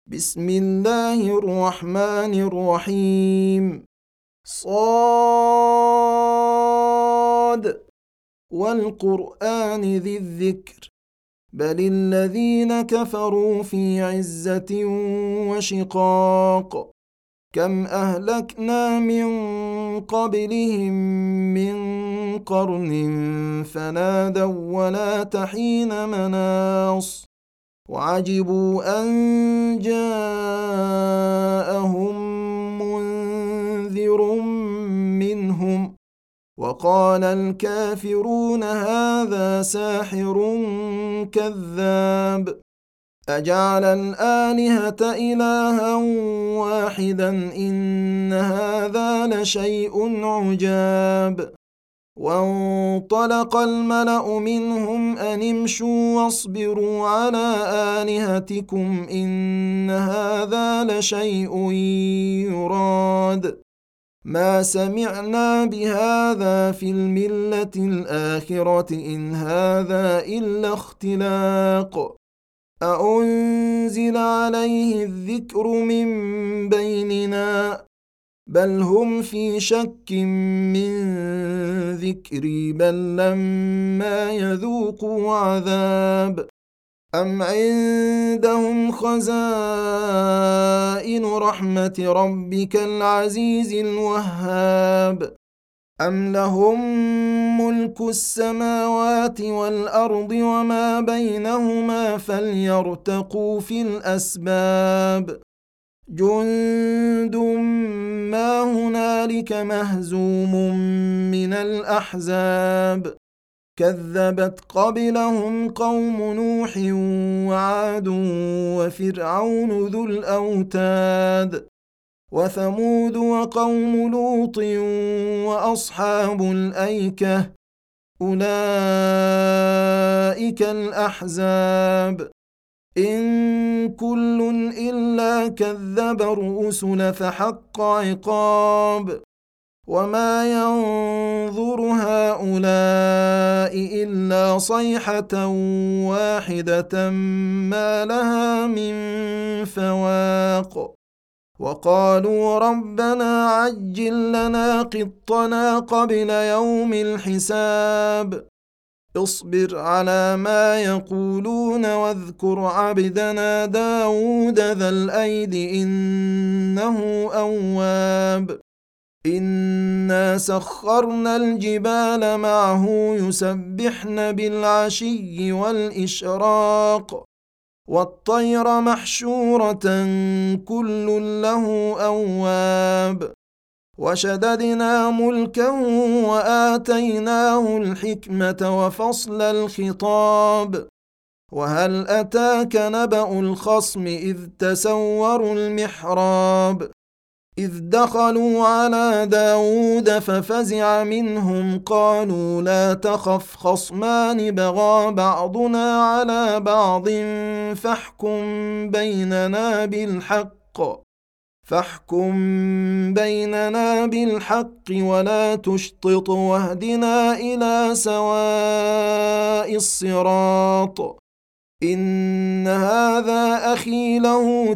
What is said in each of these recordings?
بسم الله الرحمن الرحيم. صاد والقرآن ذي الذكر بل الذين كفروا في عزة وشقاق كم أهلكنا من قبلهم من قرن فنادوا ولا تحين مناص وعجبوا أن جاءهم منذر منهم وقال الكافرون هذا ساحر كذاب أجعل الآلهة إلها واحدا إن هذا لشيء عجاب وانطلق الملأ منهم أن امشوا واصبروا على آلهتكم إن هذا لشيء يراد ما سمعنا بهذا في الملة الآخرة إن هذا إلا اختلاق أأنزل عليه الذكر من بيننا بل هم في شك من ذكري بل لما يذوقوا عذاب أم عندهم خزائن رحمة ربك العزيز الوهاب أم لهم ملك السماوات والأرض وما بينهما فليرتقوا في الأسباب جند ما هنالك مهزوم من الأحزاب كذبت قبلهم قوم نوح وعاد وفرعون ذو الأوتاد وثمود وقوم لوط وأصحاب الأيكة أولئك الأحزاب إن كل إلا كذب الرسل فحق عقاب وما ينظر هؤلاء إلا صيحة واحدة ما لها من فواق وقالوا ربنا عجل لنا قطنا قبل يوم الحساب اصبر على ما يقولون واذكر عبدنا داود ذا الأيد إنه أواب إنا سخرنا الجبال معه يسبحن بالعشي والإشراق والطير محشورة كل له أواب وشددنا ملكه وآتيناه الحكمة وفصل الخطاب وهل أتاك نبأ الخصم إذ تسوروا المحراب إذ دخلوا على داود ففزع منهم قالوا لا تخف خصمان بغى بعضنا على بعض فاحكم بيننا بالحق ولا تشطط واهدنا إلى سواء الصراط إن هذا أخي له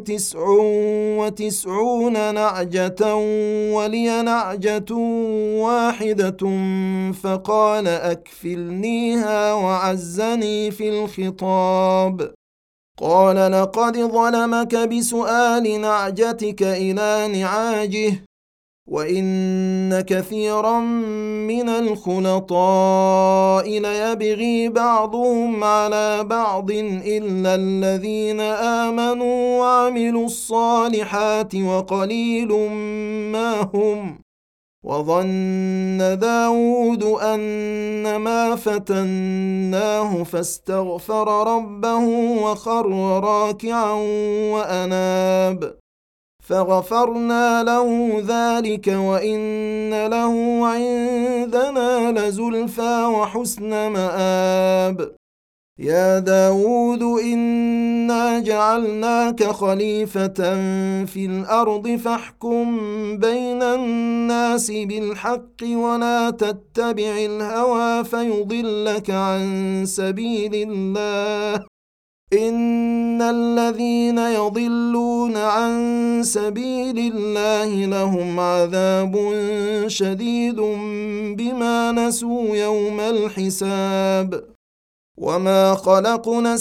99 نعجة ولي نعجة واحدة فقال أكفلنيها وعزني في الخطاب قال لقد ظلمك بسؤال نعجتك إلى نعاجه وإن كثيرا من الخلطاء ليبغي بعضهم على بعض إلا الذين آمنوا وعملوا الصالحات وقليل ما هم وظن داود أنما فتناه فاستغفر ربه وخر راكعا وأناب فغفرنا له ذلك وإن له عندنا لزلفى وحسن مآب يا داود إنا جعلناك خليفة في الأرض فاحكم بين الناس بالحق ولا تتبع الهوى فيضلك عن سبيل الله إن الذين يضلون عن سبيل الله لهم عذاب شديد بما نسوا يوم الحساب وما خلقنا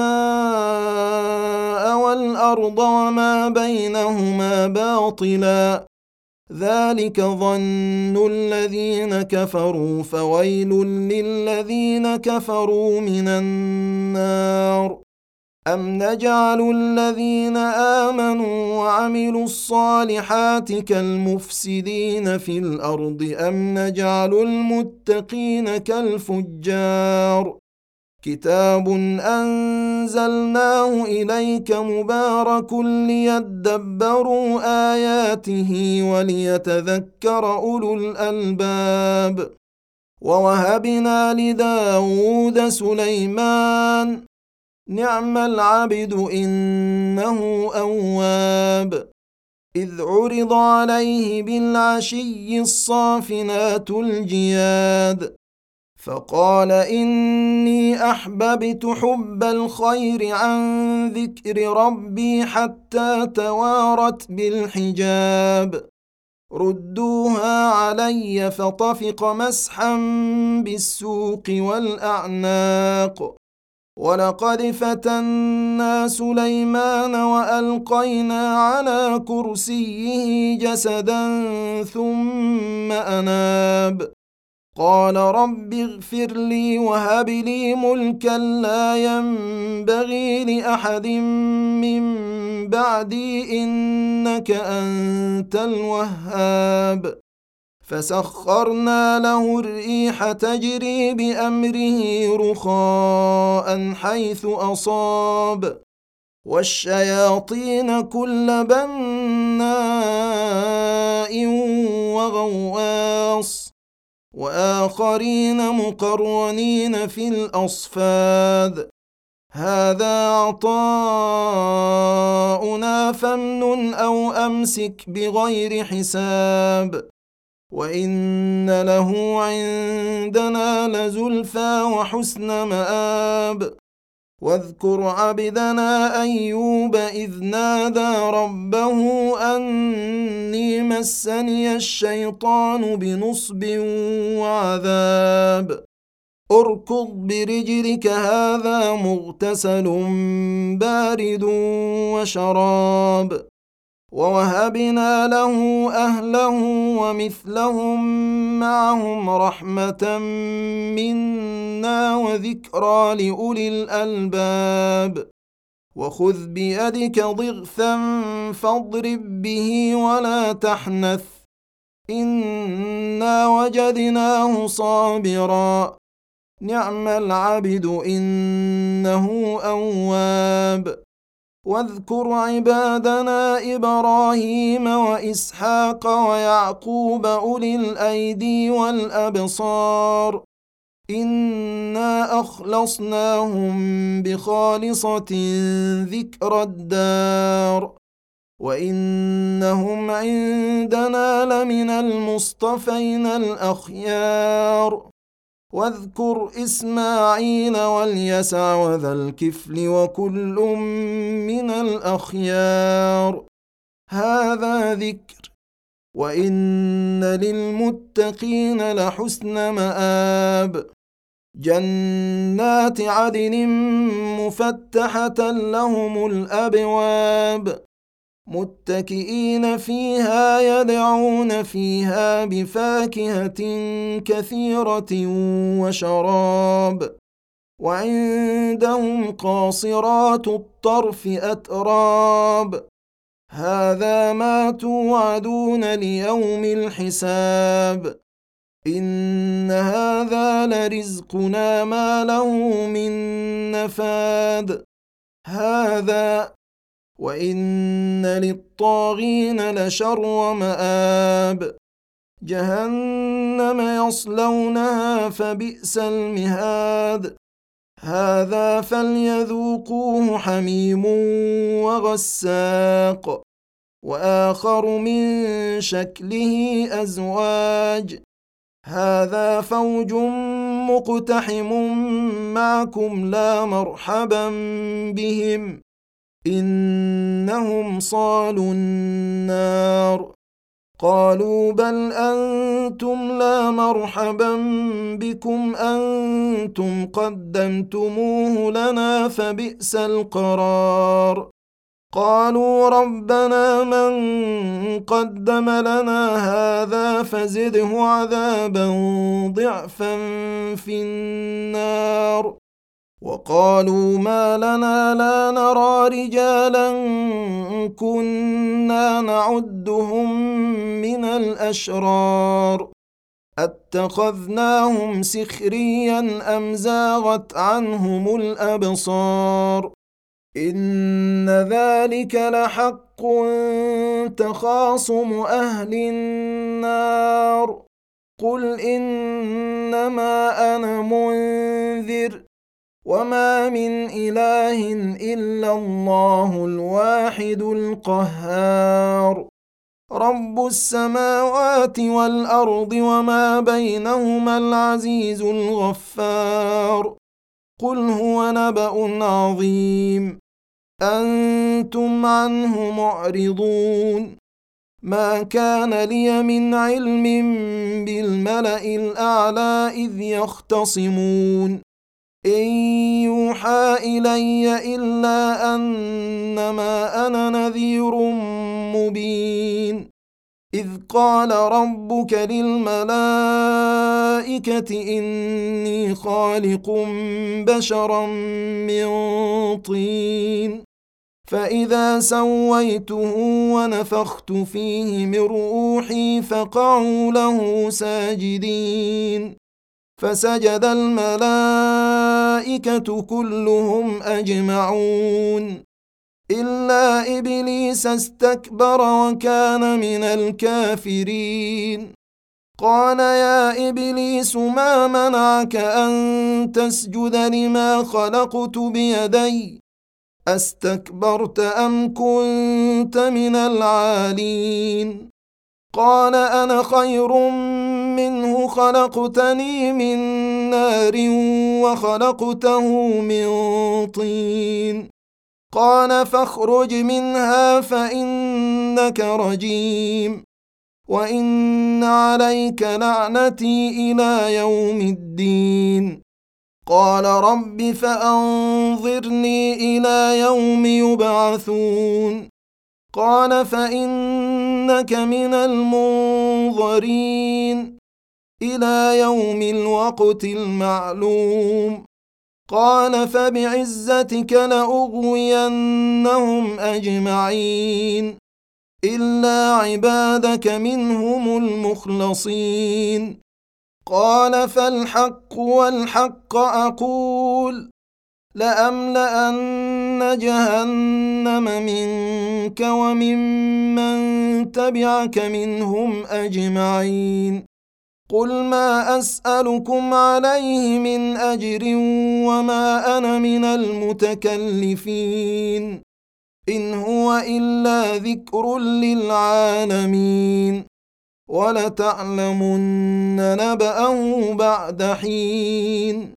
السماء والأرض وما بينهما باطلا ذلك ظن الذين كفروا فويل للذين كفروا من النار أم نجعل الذين آمنوا وعملوا الصالحات كالمفسدين في الأرض أم نجعل المتقين كالفجار كتاب أنزلناه إليك مبارك ليدبروا آياته وليتذكر أولو الألباب ووهبنا لداود سليمان نعم العبد إنه أواب إذ عرض عليه بالعشي الصافنات الجياد فقال إني أحببت حب الخير عن ذكر ربي حتى توارت بالحجاب ردوها علي فطفق مسحا بالسوق والأعناق ولقد فتنا سليمان وألقينا على كرسيه جسدا ثم أناب قال رب اغفر لي وهب لي ملكا لا ينبغي لأحد من بعدي إنك أنت الوهاب فسخرنا له الريح تجري بأمره رخاء حيث أصاب والشياطين كل بناء وغواص وآخرين مقرنين في الأصفاد هذا عطاؤنا فامنن أو أمسك بغير حساب وإن له عندنا لزلفى وحسن مآب واذكر عبدنا أيوب إذ نادى ربه أني مسني الشيطان بنصب وعذاب اركض برجلك هذا مغتسل بارد وشراب ووهبنا له أهله ومثلهم معهم رحمة منا وذكرى لأولي الألباب وخذ بيدك ضغثا فاضرب به ولا تحنث إنا وجدناه صابرا نعم العبد إنه أواب واذكر عبادنا إبراهيم وإسحاق ويعقوب أولي الأيدي والأبصار إنا أخلصناهم بخالصة ذكر الدار وإنهم عندنا لمن المصطفين الأخيار واذكر إسماعيل واليسع وذا الكفل وكل من الأخيار هذا ذكر وإن للمتقين لحسن مآب جنات عدن مفتحة لهم الأبواب متكئين فيها يدعون فيها بفاكهة كثيرة وشراب وعندهم قاصرات الطرف أتراب هذا ما توعدون ليوم الحساب إن هذا لرزقنا ما له من نفاد هذا وإن للطاغين لشر مآب جهنم يصلونها فبئس المهاد هذا فليذوقوه حميم وغساق وآخر من شكله أزواج هذا فوج مقتحم معكم لا مرحبا بهم إنهم صالوا النار. قالوا بل أنتم لا مرحبا بكم أنتم قدمتموه لنا فبئس القرار. قالوا ربنا من قدم لنا هذا فزده عذابا ضعفا في النار. وقالوا ما لنا لا نرى رجالا كنا نعدهم من الأشرار أتخذناهم سخريا أم زاغت عنهم الأبصار إن ذلك لحق تخاصم أهل النار. قل إنما أنا منذر وما من إله إلا الله الواحد القهار رب السماوات والأرض وما بينهما العزيز الغفار. قل هو نبأ عظيم أنتم عنه معرضون. ما كان لي من علم بالملأ الأعلى إذ يختصمون إن يوحى إلي إلا أنما أنا نذير مبين. إذ قال ربك للملائكة إني خالق بشرا من طين فإذا سويته ونفخت فيه من روحي فقعوا له ساجدين. فسجد الملائكة كلهم أجمعون إلا إبليس استكبر وكان من الكافرين. قال يا إبليس ما منعك أن تسجد لما خلقت بيدي أستكبرت أم كنت من العالين؟ قال أنا خير منه خلقتني من نار وخلقته من طين. قال فاخرج منها فإنك رجيم وإن عليك لعنتي إلى يوم الدين. قال رب فأنظرني إلى يوم يبعثون. قال فإنك من المنظرين إلى يوم الوقت المعلوم. قال فبعزتك لأغوينهم أجمعين إلا عبادك منهم المخلصين. قال فالحق والحق أقول لأملأن جهنم منك وممن تبعك منهم أجمعين. قل ما أسألكم عليه من أجر وما أنا من المتكلفين إن هو إلا ذكر للعالمين ولتعلمن نبأه بعد حين.